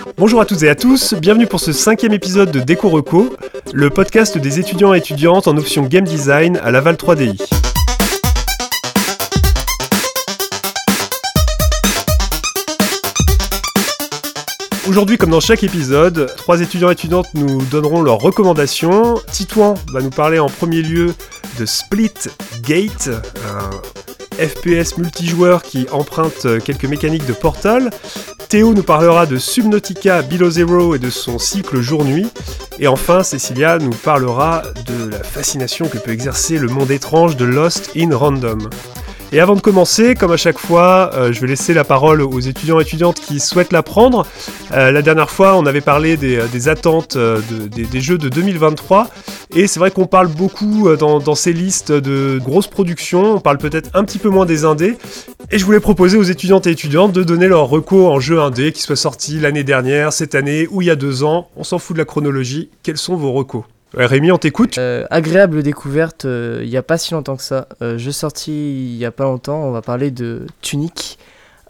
Bonjour à toutes et à tous, bienvenue pour ce 5e épisode de Déco Reco, le podcast des étudiants et étudiantes en option Game Design à Laval 3DI. Aujourd'hui, comme dans chaque épisode, 3 étudiants et étudiantes nous donneront leurs recommandations. Titouan va nous parler en premier lieu de Splitgate, un FPS multijoueur qui emprunte quelques mécaniques de Portal. Théo nous parlera de Subnautica Below Zero et de son cycle jour-nuit. Et enfin, Cécilia nous parlera de la fascination que peut exercer le monde étrange de Lost in Random. Et avant de commencer, comme à chaque fois, je vais laisser la parole aux étudiants et étudiantes qui souhaitent la prendre. La dernière fois, on avait parlé des attentes des jeux de 2023. Et c'est vrai qu'on parle beaucoup dans ces listes de grosses productions. On parle peut-être un petit peu moins des indés. Et je voulais proposer aux étudiantes et étudiantes de donner leur reco en jeu indé qui soit sorti l'année dernière, cette année ou il y a 2 ans. On s'en fout de la chronologie. Quels sont vos recos ? Rémi, on t'écoute. Agréable découverte, il n'y a pas si longtemps que ça. Jeu sorti il n'y a pas longtemps, on va parler de Tunic.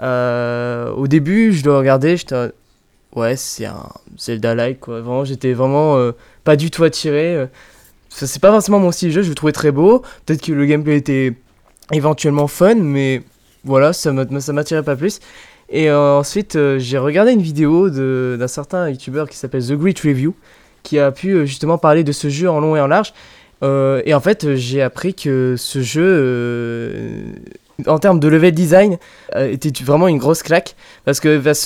Au début, je le regardais, j'étais... Ouais, c'est un Zelda-like, quoi. Vraiment, j'étais vraiment pas du tout attiré. C'est pas forcément mon style de jeu, je le trouvais très beau. Peut-être que le gameplay était éventuellement fun, mais voilà, ça m'attirait pas plus. Et ensuite, j'ai regardé une vidéo d'un certain YouTuber qui s'appelle The Great Review, qui a pu justement parler de ce jeu en long et en large. Et en fait, j'ai appris que ce jeu, en termes de level design, était vraiment une grosse claque, parce qu'il va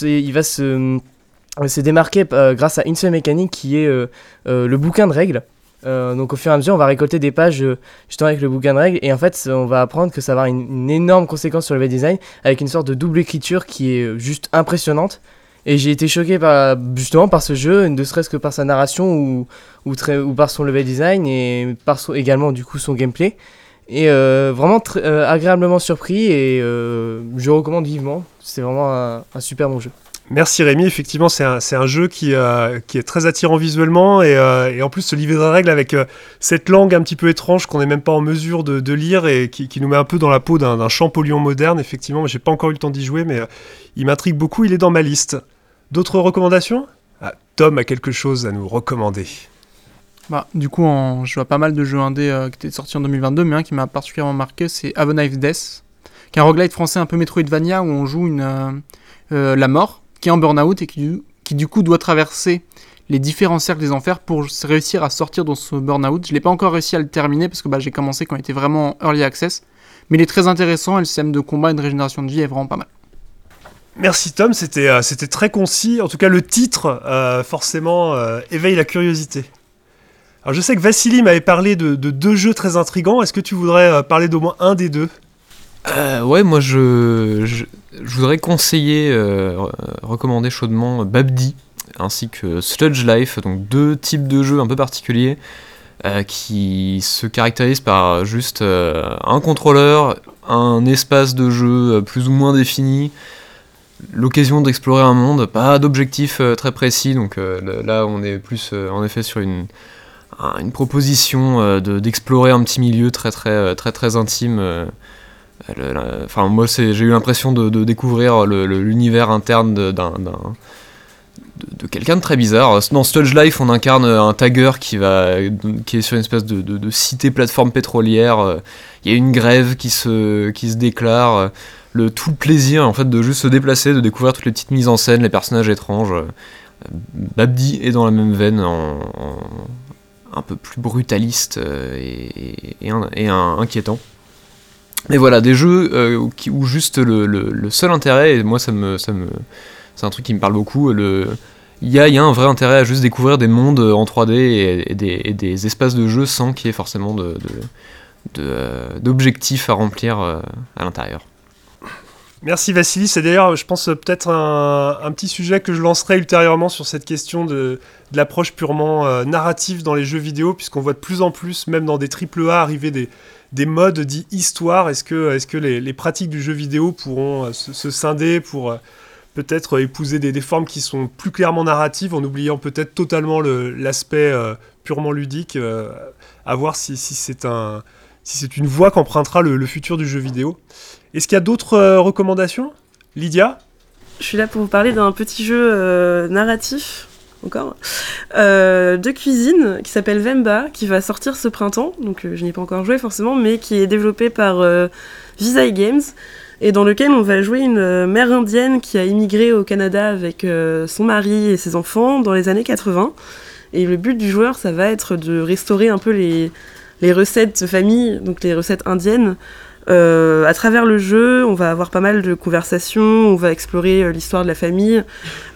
se démarquer grâce à une seule mécanique qui est le bouquin de règles. Donc au fur et à mesure, on va récolter des pages justement avec le bouquin de règles, et en fait, on va apprendre que ça va avoir une énorme conséquence sur le level design, avec une sorte de double écriture qui est juste impressionnante. Et j'ai été choqué justement par ce jeu, ne serait-ce que par sa narration ou par son level design et par également du coup son gameplay. Et vraiment agréablement surpris, et je recommande vivement. C'est vraiment un super bon jeu. Merci Rémi, effectivement c'est un jeu qui est très attirant visuellement et en plus ce livret de règles avec cette langue un petit peu étrange qu'on n'est même pas en mesure de lire et qui nous met un peu dans la peau d'un Champollion moderne. Effectivement, j'ai pas encore eu le temps d'y jouer, mais il m'intrigue beaucoup, il est dans ma liste. D'autres recommandations ? Tom a quelque chose à nous recommander. Du coup, je vois pas mal de jeux indés qui étaient sortis en 2022, mais un qui m'a particulièrement marqué, c'est Have a Knife Death, qui est un roguelite français un peu Metroidvania où on joue la mort, qui est en burn-out et qui du coup doit traverser les différents cercles des enfers pour réussir à sortir de ce burn-out. Je l'ai pas encore réussi à le terminer parce que j'ai commencé quand il était vraiment en early access, mais il est très intéressant et le système de combat et de régénération de vie est vraiment pas mal. Merci Tom, c'était très concis. En tout cas, le titre, forcément, éveille la curiosité. Alors, je sais que Vassili m'avait parlé de 2 jeux très intrigants. Est-ce que tu voudrais parler d'au moins un des 2 ? Ouais, moi, je voudrais recommander chaudement Babdi, ainsi que Sludge Life, donc 2 types de jeux un peu particuliers, qui se caractérisent par juste un contrôleur, un espace de jeu plus ou moins défini, l'occasion d'explorer un monde, pas d'objectif très précis, donc là on est plus en effet sur une proposition d'explorer un petit milieu très intime. Moi j'ai eu l'impression de découvrir l'univers interne de quelqu'un de très bizarre. Dans Sludge Life, on incarne un tagger qui est sur une espèce de cité plateforme pétrolière. Il y a une grève qui se déclare. Tout le plaisir en fait de juste se déplacer, de découvrir toutes les petites mises en scène, les personnages étranges. Babdi est dans la même veine, un peu plus brutaliste et inquiétant. Mais voilà, des jeux où juste le seul intérêt, et moi c'est un truc qui me parle beaucoup, il y a un vrai intérêt à juste découvrir des mondes en 3D et des espaces de jeu sans qu'il y ait forcément d'objectifs à remplir à l'intérieur. Merci Vassili, c'est d'ailleurs, je pense, peut-être un petit sujet que je lancerai ultérieurement sur cette question de l'approche purement narrative dans les jeux vidéo, puisqu'on voit de plus en plus, même dans des AAA, arriver des modes dits histoire. Est-ce que les pratiques du jeu vidéo pourront se scinder pour peut-être épouser des formes qui sont plus clairement narratives, en oubliant peut-être totalement l'aspect purement ludique, à voir si c'est une voie qu'empruntera le futur du jeu vidéo. Est-ce qu'il y a d'autres recommandations ? Lydia ? je suis là pour vous parler d'un petit jeu narratif, encore, de cuisine qui s'appelle Vemba, qui va sortir ce printemps, donc je n'y ai pas encore joué forcément, mais qui est développé par Visay Games, et dans lequel on va jouer une mère indienne qui a immigré au Canada avec son mari et ses enfants dans les années 80. Et le but du joueur, ça va être de restaurer un peu les recettes famille, donc les recettes indiennes. À travers le jeu, on va avoir pas mal de conversations, on va explorer l'histoire de la famille,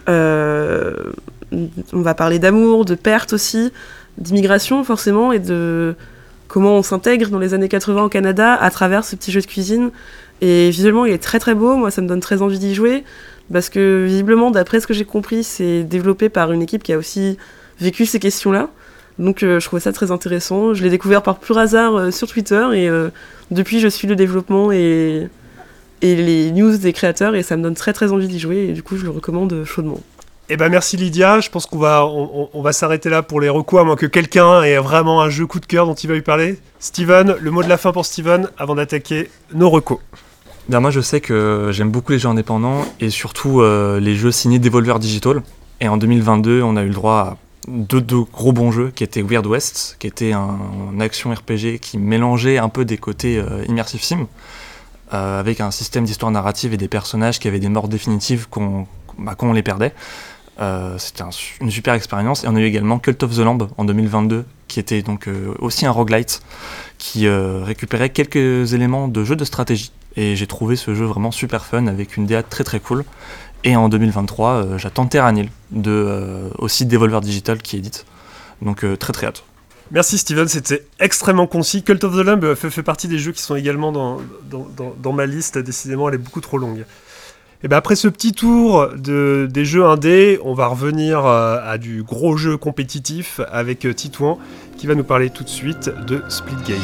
on va parler d'amour, de perte aussi, d'immigration forcément, et de comment on s'intègre dans les années 80 au Canada à travers ce petit jeu de cuisine. Et visuellement, il est très très beau, moi ça me donne très envie d'y jouer, parce que visiblement, d'après ce que j'ai compris, c'est développé par une équipe qui a aussi vécu ces questions-là. Donc je trouvais ça très intéressant. Je l'ai découvert par pur hasard sur Twitter, et depuis je suis le développement et les news des créateurs, et ça me donne très très envie d'y jouer, et du coup je le recommande chaudement. Eh ben merci Lydia, je pense qu'on va s'arrêter là pour les recos, à moins que quelqu'un ait vraiment un jeu coup de cœur dont il va lui parler. Steven, le mot de la fin pour Steven avant d'attaquer nos recos. Bien, moi je sais que j'aime beaucoup les jeux indépendants et surtout les jeux signés Devolver Digital. Et en 2022, on a eu le droit à deux gros bons jeux qui étaient Weird West, qui était un action RPG qui mélangeait un peu des côtés immersive sim, avec un système d'histoire narrative et des personnages qui avaient des morts définitives quand on les perdait. C'était une super expérience. Et on a eu également Cult of the Lamb en 2022, qui était donc aussi un roguelite qui récupérait quelques éléments de jeu de stratégie. Et j'ai trouvé ce jeu vraiment super fun avec une DA très très cool. Et en 2023, j'attends Terranil, aussi Devolver Digital qui édite. Donc très très hâte. Merci Steven, c'était extrêmement concis. Cult of the Lamb fait partie des jeux qui sont également dans ma liste. Décidément, elle est beaucoup trop longue. Et ben après ce petit tour des jeux indés, on va revenir à du gros jeu compétitif avec Titouan qui va nous parler tout de suite de Splitgate.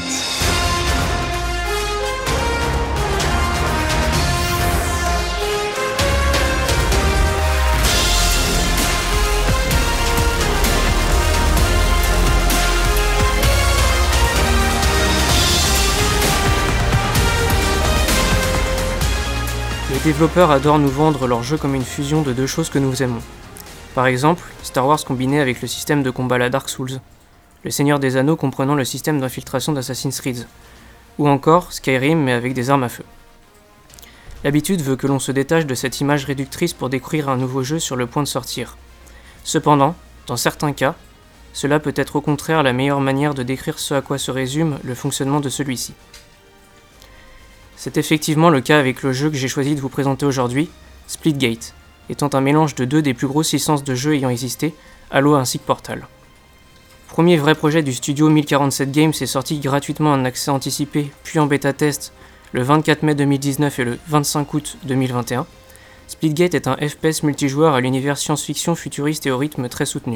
Les développeurs adorent nous vendre leurs jeux comme une fusion de deux choses que nous aimons. Par exemple, Star Wars combiné avec le système de combat à la Dark Souls, Le Seigneur des Anneaux comprenant le système d'infiltration d'Assassin's Creed, ou encore Skyrim mais avec des armes à feu. L'habitude veut que l'on se détache de cette image réductrice pour découvrir un nouveau jeu sur le point de sortir. Cependant, dans certains cas, cela peut être au contraire la meilleure manière de décrire ce à quoi se résume le fonctionnement de celui-ci. C'est effectivement le cas avec le jeu que j'ai choisi de vous présenter aujourd'hui, Splitgate, étant un mélange de deux des plus grosses licences de jeux ayant existé, Halo ainsi que Portal. Premier vrai projet du studio 1047 Games est sorti gratuitement en accès anticipé puis en bêta-test le 24 mai 2019 et le 25 août 2021. Splitgate est un FPS multijoueur à l'univers science-fiction futuriste et au rythme très soutenu.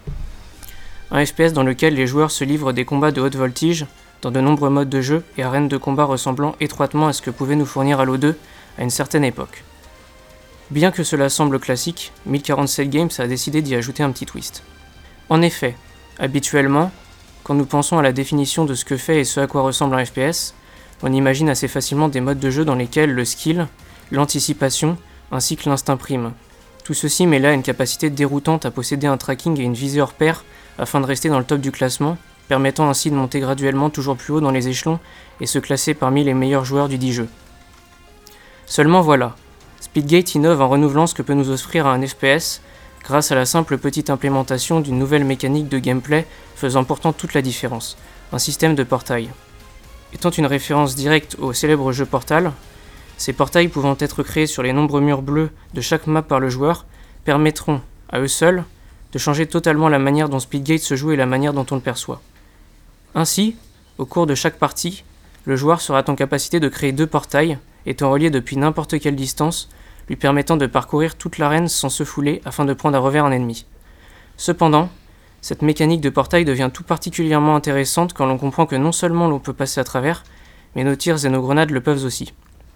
Un FPS dans lequel les joueurs se livrent des combats de haute voltige, dans de nombreux modes de jeu et arènes de combat ressemblant étroitement à ce que pouvait nous fournir Halo 2 à une certaine époque. Bien que cela semble classique, 1047 Games a décidé d'y ajouter un petit twist. En effet, habituellement, quand nous pensons à la définition de ce que fait et ce à quoi ressemble un FPS, on imagine assez facilement des modes de jeu dans lesquels le skill, l'anticipation ainsi que l'instinct prime. Tout ceci mêlé à une capacité déroutante à posséder un tracking et une visée hors pair afin de rester dans le top du classement, permettant ainsi de monter graduellement toujours plus haut dans les échelons et se classer parmi les meilleurs joueurs du dit jeu. Seulement voilà, Splitgate innove en renouvelant ce que peut nous offrir un FPS grâce à la simple petite implémentation d'une nouvelle mécanique de gameplay faisant pourtant toute la différence, un système de portail. Étant une référence directe au célèbre jeu Portal, ces portails pouvant être créés sur les nombreux murs bleus de chaque map par le joueur permettront, à eux seuls, de changer totalement la manière dont Splitgate se joue et la manière dont on le perçoit. Ainsi, au cours de chaque partie, le joueur sera en capacité de créer deux portails, étant reliés depuis n'importe quelle distance, lui permettant de parcourir toute l'arène sans se fouler afin de prendre à revers un ennemi. Cependant, cette mécanique de portail devient tout particulièrement intéressante quand l'on comprend que non seulement l'on peut passer à travers, mais nos tirs et nos grenades le peuvent aussi.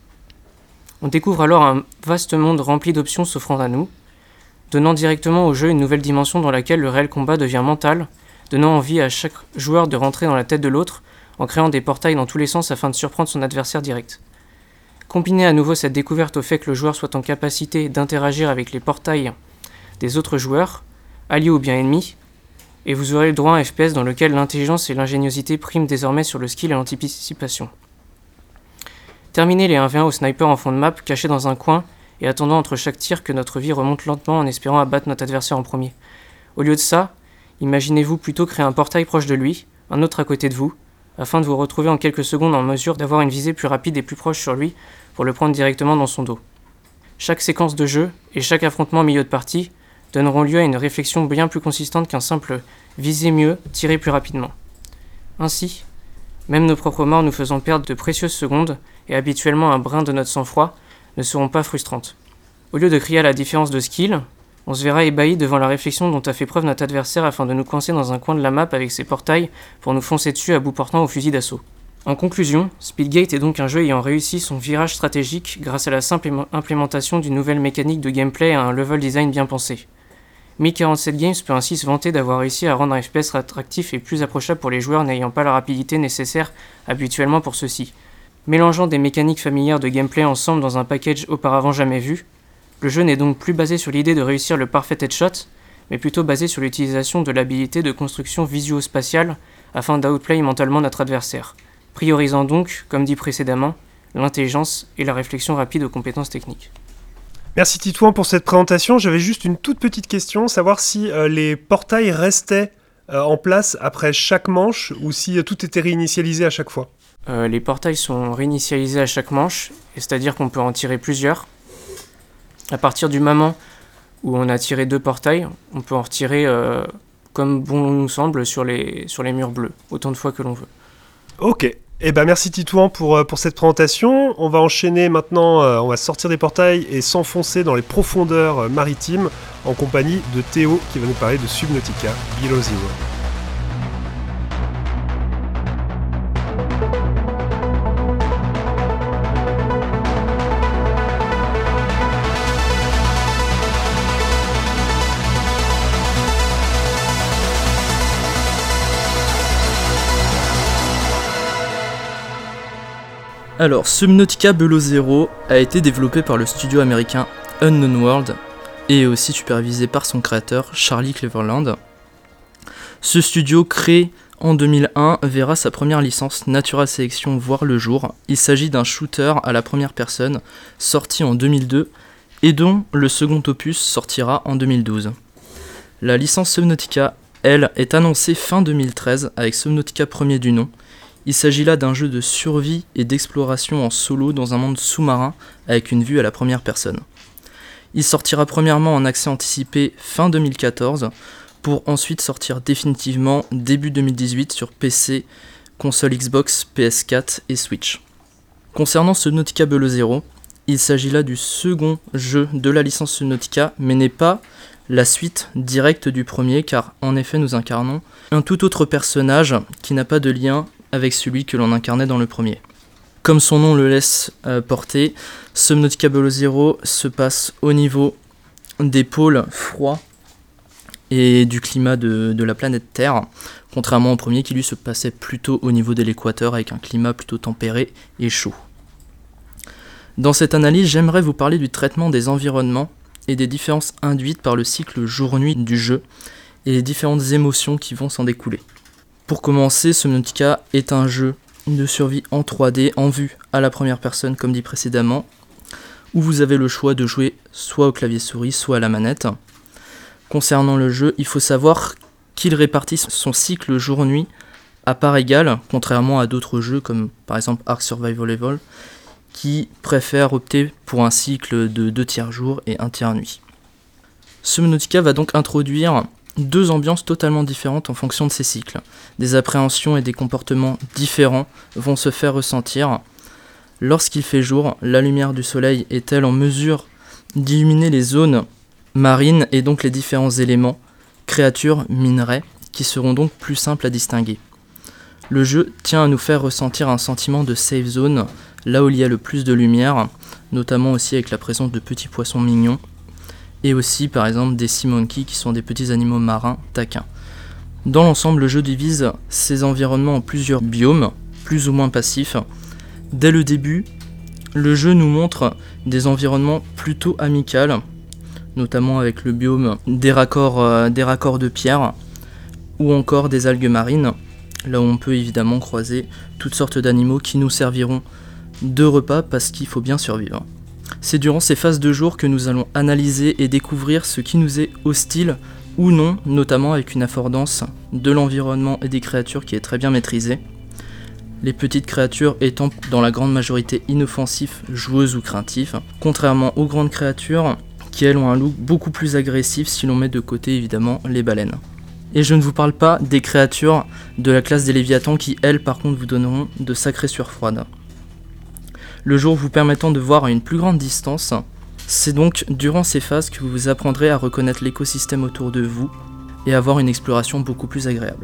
On découvre alors un vaste monde rempli d'options s'offrant à nous, donnant directement au jeu une nouvelle dimension dans laquelle le réel combat devient mental, donnant envie à chaque joueur de rentrer dans la tête de l'autre en créant des portails dans tous les sens afin de surprendre son adversaire direct. Combinez à nouveau cette découverte au fait que le joueur soit en capacité d'interagir avec les portails des autres joueurs, alliés ou bien ennemis, et vous aurez le droit à un FPS dans lequel l'intelligence et l'ingéniosité priment désormais sur le skill et l'anticipation. Terminez les 1v1 au sniper en fond de map, caché dans un coin, et attendant entre chaque tir que notre vie remonte lentement en espérant abattre notre adversaire en premier. Au lieu de ça, imaginez-vous plutôt créer un portail proche de lui, un autre à côté de vous, afin de vous retrouver en quelques secondes en mesure d'avoir une visée plus rapide et plus proche sur lui pour le prendre directement dans son dos. Chaque séquence de jeu et chaque affrontement au milieu de partie donneront lieu à une réflexion bien plus consistante qu'un simple « viser mieux, tirer plus rapidement ». Ainsi, même nos propres morts nous faisant perdre de précieuses secondes et habituellement un brin de notre sang-froid ne seront pas frustrantes. Au lieu de crier à la différence de skill, on se verra ébahi devant la réflexion dont a fait preuve notre adversaire afin de nous coincer dans un coin de la map avec ses portails pour nous foncer dessus à bout portant au fusil d'assaut. En conclusion, Splitgate est donc un jeu ayant réussi son virage stratégique grâce à la simple implémentation d'une nouvelle mécanique de gameplay et à un level design bien pensé. 1047 Games peut ainsi se vanter d'avoir réussi à rendre un FPS attractif et plus approchable pour les joueurs n'ayant pas la rapidité nécessaire habituellement pour ceux-ci. Mélangeant des mécaniques familières de gameplay ensemble dans un package auparavant jamais vu, le jeu n'est donc plus basé sur l'idée de réussir le parfait headshot, mais plutôt basé sur l'utilisation de l'habilité de construction visuo-spatiale afin d'outplay mentalement notre adversaire, priorisant donc, comme dit précédemment, l'intelligence et la réflexion rapide aux compétences techniques. Merci Titouan pour cette présentation. J'avais juste une toute petite question, savoir si les portails restaient en place après chaque manche ou si tout était réinitialisé à chaque fois. Les portails sont réinitialisés à chaque manche, c'est-à-dire qu'on peut en tirer plusieurs. À partir du moment où on a tiré 2 portails, on peut en retirer comme bon nous semble sur les murs bleus, autant de fois que l'on veut. Ok, eh ben merci Titouan pour cette présentation. On va enchaîner maintenant, on va sortir des portails et s'enfoncer dans les profondeurs maritimes en compagnie de Théo qui va nous parler de Subnautica Below Zero. Alors, Subnautica Below Zero a été développé par le studio américain Unknown World et est aussi supervisé par son créateur Charlie Cleveland. Ce studio, créé en 2001, verra sa première licence Natural Selection voir le jour. Il s'agit d'un shooter à la première personne sorti en 2002 et dont le second opus sortira en 2012. La licence Subnautica, elle, est annoncée fin 2013 avec Subnautica premier du nom. Il s'agit là d'un jeu de survie et d'exploration en solo dans un monde sous-marin avec une vue à la première personne. Il sortira premièrement en accès anticipé fin 2014 pour ensuite sortir définitivement début 2018 sur PC, console Xbox, PS4 et Switch. Concernant Subnautica Below Zero, il s'agit là du second jeu de la licence Subnautica mais n'est pas la suite directe du premier car en effet nous incarnons un tout autre personnage qui n'a pas de lien avec celui que l'on incarnait dans le premier. Comme son nom le laisse porter, Subnautica Below Zero se passe au niveau des pôles froids et du climat de la planète Terre, contrairement au premier qui lui se passait plutôt au niveau de l'équateur avec un climat plutôt tempéré et chaud. Dans cette analyse, j'aimerais vous parler du traitement des environnements et des différences induites par le cycle jour-nuit du jeu et les différentes émotions qui vont s'en découler. Pour commencer, Subnautica est un jeu de survie en 3D, en vue à la première personne comme dit précédemment, où vous avez le choix de jouer soit au clavier souris, soit à la manette. Concernant le jeu, il faut savoir qu'il répartit son cycle jour-nuit à part égale, contrairement à d'autres jeux comme par exemple Ark Survival Evolved, qui préfèrent opter pour un cycle de 2 tiers jour et 1 tiers nuit. Subnautica va donc introduire 2 ambiances totalement différentes en fonction de ces cycles. Des appréhensions et des comportements différents vont se faire ressentir. Lorsqu'il fait jour, la lumière du soleil est-elle en mesure d'illuminer les zones marines et donc les différents éléments, créatures, minerais, qui seront donc plus simples à distinguer. Le jeu tient à nous faire ressentir un sentiment de safe zone, là où il y a le plus de lumière, notamment aussi avec la présence de petits poissons mignons, et aussi par exemple des sea monkeys qui sont des petits animaux marins taquins. Dans l'ensemble, le jeu divise ses environnements en plusieurs biomes, plus ou moins passifs. Dès le début, Le jeu nous montre des environnements plutôt amicaux, notamment avec le biome des raccords de pierre, ou encore des algues marines, là où on peut évidemment croiser toutes sortes d'animaux qui nous serviront de repas parce qu'il faut bien survivre. C'est durant ces phases de jour que nous allons analyser et découvrir ce qui nous est hostile ou non, notamment avec une affordance de l'environnement et des créatures qui est très bien maîtrisée. Les petites créatures étant dans la grande majorité inoffensives, joueuses ou craintives, contrairement aux grandes créatures qui elles ont un look beaucoup plus agressif si l'on met de côté évidemment les baleines. Et je ne vous parle pas des créatures de la classe des Léviathans qui elles par contre vous donneront de sacrées sueurs froides. Le jour vous permettant de voir à une plus grande distance, c'est donc durant ces phases que vous apprendrez à reconnaître l'écosystème autour de vous et avoir une exploration beaucoup plus agréable.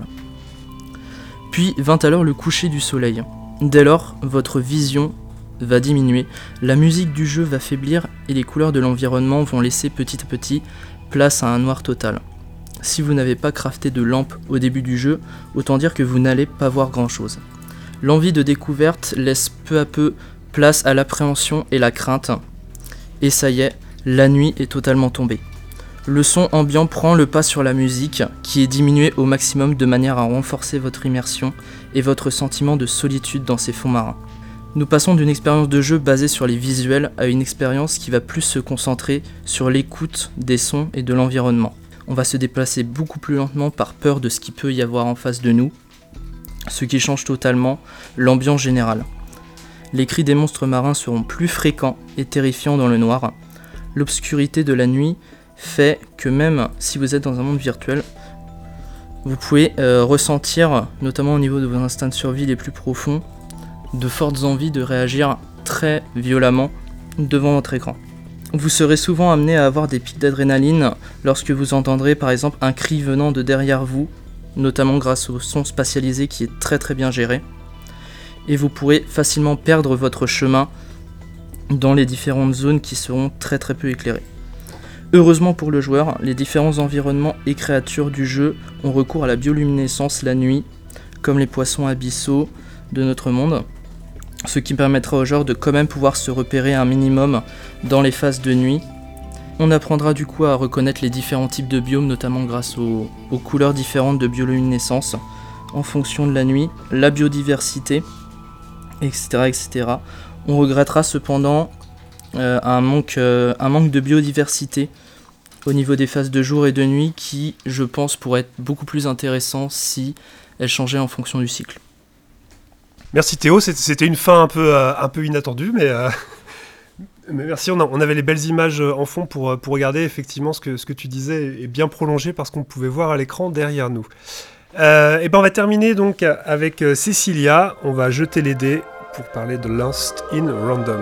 Puis vint alors le coucher du soleil. Dès lors, votre vision va diminuer, la musique du jeu va faiblir et les couleurs de l'environnement vont laisser petit à petit place à un noir total. Si vous n'avez pas crafté de lampe au début du jeu, autant dire que vous n'allez pas voir grand chose. L'envie de découverte laisse peu à peu place à l'appréhension et la crainte. Et ça y est, la nuit est totalement tombée. Le son ambiant prend le pas sur la musique, qui est diminuée au maximum de manière à renforcer votre immersion et votre sentiment de solitude dans ces fonds marins. Nous passons d'une expérience de jeu basée sur les visuels à une expérience qui va plus se concentrer sur l'écoute des sons et de l'environnement. On va se déplacer beaucoup plus lentement par peur de ce qu'il peut y avoir en face de nous, ce qui change totalement l'ambiance générale. Les cris des monstres marins seront plus fréquents et terrifiants dans le noir. L'obscurité de la nuit fait que même si vous êtes dans un monde virtuel, vous pouvez ressentir, notamment au niveau de vos instincts de survie les plus profonds, de fortes envies de réagir très violemment devant votre écran. Vous serez souvent amené à avoir des pics d'adrénaline lorsque vous entendrez par exemple un cri venant de derrière vous, notamment grâce au son spatialisé qui est très bien géré, et vous pourrez facilement perdre votre chemin dans les différentes zones qui seront très peu éclairées. Heureusement pour le joueur, les différents environnements et créatures du jeu ont recours à la bioluminescence la nuit, comme les poissons abyssaux de notre monde, ce qui permettra au joueur de quand même pouvoir se repérer un minimum dans les phases de nuit. On apprendra du coup à reconnaître les différents types de biomes, notamment grâce aux couleurs différentes de bioluminescence en fonction de la nuit, la biodiversité, etc. On regrettera cependant un manque de biodiversité au niveau des phases de jour et de nuit qui, je pense, pourrait être beaucoup plus intéressant si elle changeait en fonction du cycle. Merci Théo, c'était une fin un peu inattendue, mais merci, on avait les belles images en fond pour regarder effectivement ce que tu disais est bien prolongé par ce qu'on pouvait voir à l'écran derrière nous. Et ben on va terminer donc avec Cécilia, on va jeter les dés pour parler de Lost in Random.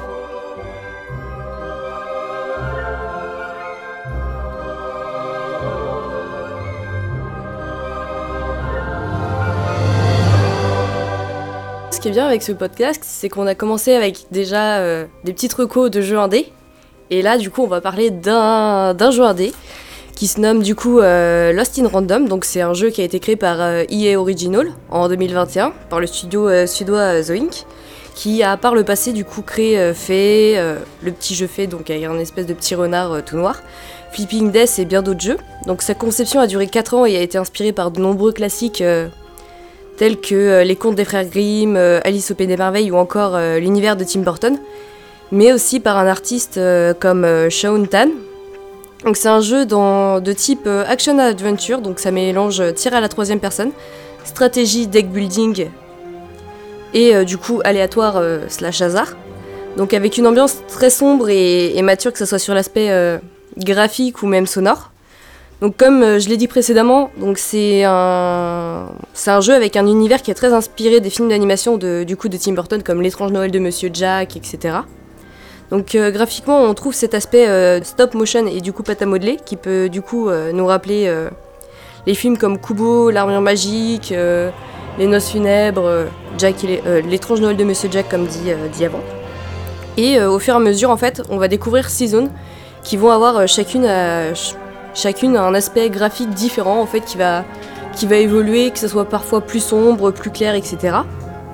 Ce qui est bien avec ce podcast, c'est qu'on a commencé avec déjà des petites recos de jeux indés. Et là, du coup, on va parler d'un jeu indé qui se nomme du coup Lost in Random. Donc c'est un jeu qui a été créé par EA Original en 2021 par le studio suédois Zoink, qui a par le passé du coup créé le petit jeu Fée, donc avec un espèce de petit renard tout noir, Flipping Death et bien d'autres jeux. Donc sa conception a duré 4 ans et a été inspirée par de nombreux classiques tels que les contes des frères Grimm, Alice au Pays des Merveilles ou encore l'univers de Tim Burton, mais aussi par un artiste comme Shaun Tan. Donc c'est un jeu de type action adventure, donc ça mélange tir à la 3e personne, stratégie, deck building et du coup aléatoire / hasard. Donc avec une ambiance très sombre et mature, que ce soit sur l'aspect graphique ou même sonore. Donc comme je l'ai dit précédemment, donc c'est un jeu avec un univers qui est très inspiré des films d'animation de Tim Burton comme L'étrange Noël de Monsieur Jack, etc. Donc graphiquement on trouve cet aspect stop motion et du coup pâte à modeler qui peut du coup nous rappeler les films comme Kubo, L'Armure Magique, Les Noces Funèbres, Jack et L'étrange Noël de Monsieur Jack comme dit avant. Et au fur et à mesure en fait on va découvrir 6 zones qui vont avoir chacune un aspect graphique différent en fait qui va évoluer, que ce soit parfois plus sombre, plus clair, etc.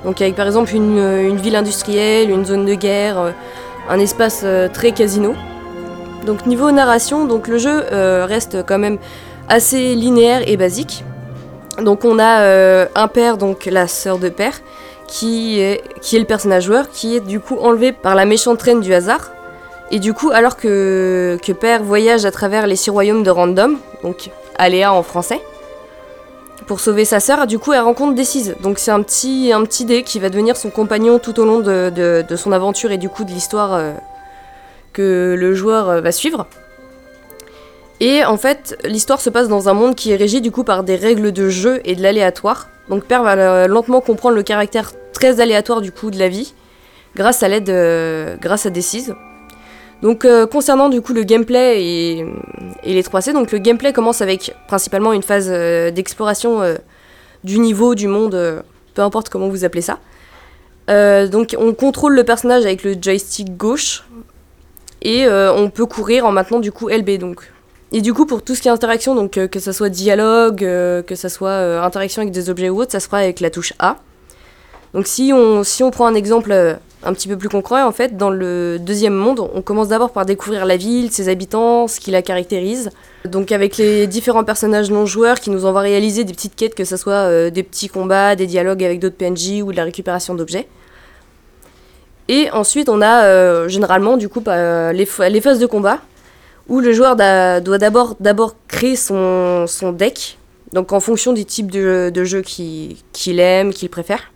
Donc avec par exemple une ville industrielle, une zone de guerre, un espace très casino. Donc niveau narration, donc le jeu reste quand même assez linéaire et basique. Donc on a un père, donc la sœur de père, qui est le personnage joueur, qui est du coup enlevé par la méchante reine du hasard. Et du coup, alors que père voyage à travers les 6 royaumes de Random, donc Aléa en français, pour sauver sa sœur, du coup elle rencontre Decize. Donc c'est un petit dé qui va devenir son compagnon tout au long de son aventure et du coup de l'histoire que le joueur va suivre. Et en fait, l'histoire se passe dans un monde qui est régi du coup par des règles de jeu et de l'aléatoire. Donc Père va lentement comprendre le caractère très aléatoire du coup de la vie, grâce à Decize. Donc concernant du coup le gameplay et les 3C, donc le gameplay commence avec principalement une phase d'exploration du niveau, du monde, peu importe comment vous appelez ça. Donc on contrôle le personnage avec le joystick gauche et on peut courir en maintenant du coup LB donc. Et du coup pour tout ce qui est interaction, donc que ça soit dialogue, que ça soit interaction avec des objets ou autre, ça se fera avec la touche A. Donc si on prend un exemple un petit peu plus concret, en fait, dans le deuxième monde, on commence d'abord par découvrir la ville, ses habitants, ce qui la caractérise. Donc avec les différents personnages non joueurs qui nous envoient réaliser des petites quêtes, que ce soit des petits combats, des dialogues avec d'autres PNJ ou de la récupération d'objets. Et ensuite on a généralement du coup les phases de combat, où le joueur doit d'abord créer son deck, donc en fonction du type de jeu qu'il aime, qu'il préfère.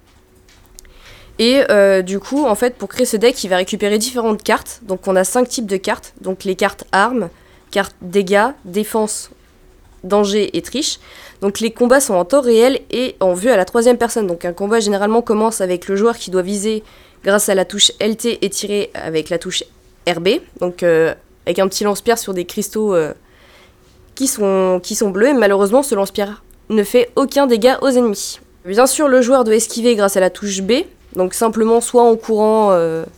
Et du coup, en fait, pour créer ce deck, il va récupérer différentes cartes. Donc on a 5 types de cartes. Donc les cartes armes, cartes dégâts, défense, danger et triche. Donc les combats sont en temps réel et en vue à la 3e personne. Donc un combat généralement commence avec le joueur qui doit viser grâce à la touche LT et tirer avec la touche RB. Donc avec un petit lance-pierre sur des cristaux qui sont bleus. Et malheureusement, ce lance-pierre ne fait aucun dégât aux ennemis. Bien sûr, le joueur doit esquiver grâce à la touche B. Donc simplement soit en courant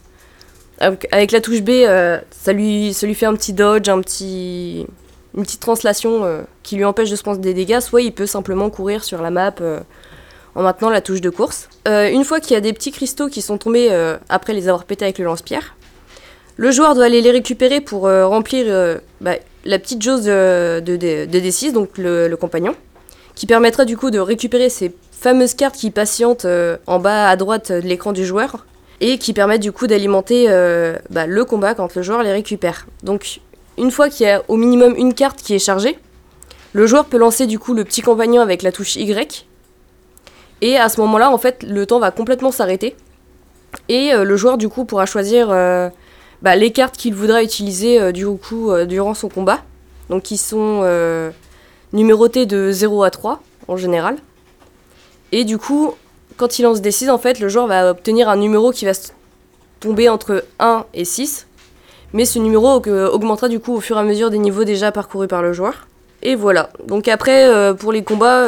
avec la touche B, ça lui fait un petit dodge, une petite translation qui lui empêche de se prendre des dégâts, soit il peut simplement courir sur la map en maintenant la touche de course. Une fois qu'il y a des petits cristaux qui sont tombés après les avoir pétés avec le lance-pierre, le joueur doit aller les récupérer pour remplir la petite jauge de D6, donc le compagnon, qui permettra du coup de récupérer ces fameuses cartes qui patientent en bas à droite de l'écran du joueur et qui permettent du coup d'alimenter le combat quand le joueur les récupère. Donc une fois qu'il y a au minimum une carte qui est chargée, le joueur peut lancer du coup le petit compagnon avec la touche Y et à ce moment-là en fait le temps va complètement s'arrêter et le joueur du coup pourra choisir les cartes qu'il voudra utiliser durant son combat, donc qui sont numérotées de 0 à 3 en général. Et du coup, quand il lance des 6, en fait, le joueur va obtenir un numéro qui va tomber entre 1 et 6. Mais ce numéro augmentera du coup au fur et à mesure des niveaux déjà parcourus par le joueur. Et voilà. Donc après, pour les combats,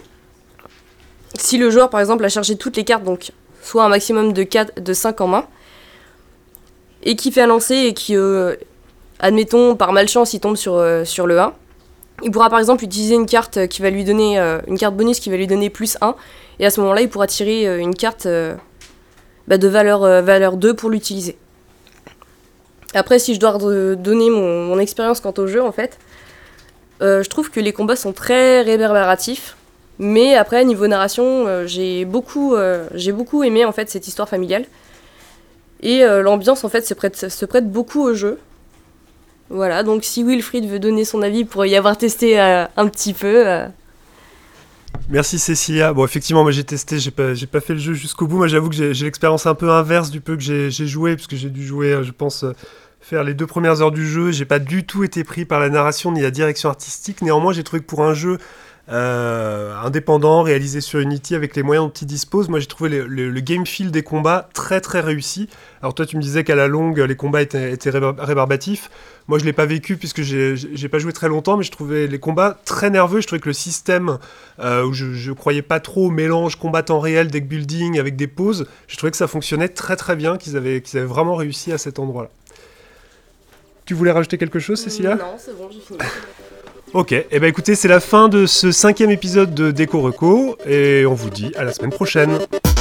si le joueur par exemple a chargé toutes les cartes, donc soit un maximum de 5 en main, et qui fait un lancer et qui, admettons, par malchance, il tombe sur le 1, il pourra par exemple utiliser une carte qui va lui donner une carte bonus qui va lui donner plus 1 et à ce moment-là il pourra tirer une carte de valeur 2 pour l'utiliser. Après si je dois donner mon expérience quant au jeu en fait, je trouve que les combats sont très réverbératifs, mais après niveau narration j'ai beaucoup aimé en fait cette histoire familiale et l'ambiance en fait se prête beaucoup au jeu. Voilà, donc si Wilfried veut donner son avis pour y avoir testé un petit peu. Merci Cécilia. Bon, effectivement, moi j'ai testé, j'ai pas fait le jeu jusqu'au bout. Moi j'avoue que j'ai l'expérience un peu inverse du peu que j'ai joué, parce que j'ai dû jouer, je pense, faire les 2 premières heures du jeu. J'ai pas du tout été pris par la narration ni la direction artistique. Néanmoins, j'ai trouvé que pour un jeu indépendant, réalisé sur Unity avec les moyens dont il dispose, moi j'ai trouvé le game feel des combats très très réussi. Alors toi tu me disais qu'à la longue les combats étaient rébarbatifs. Moi je l'ai pas vécu puisque j'ai pas joué très longtemps, mais je trouvais les combats très nerveux. Je trouvais que le système où je croyais pas trop au mélange combat temps réel, deck building avec des pauses, je trouvais que ça fonctionnait très très bien, qu'ils avaient vraiment réussi à cet endroit-là. Tu voulais rajouter quelque chose, Cécilia ? Non, c'est bon, j'ai fini. Ok, et ben écoutez, c'est la fin de ce 5e épisode de Déco Reco, et on vous dit à la semaine prochaine.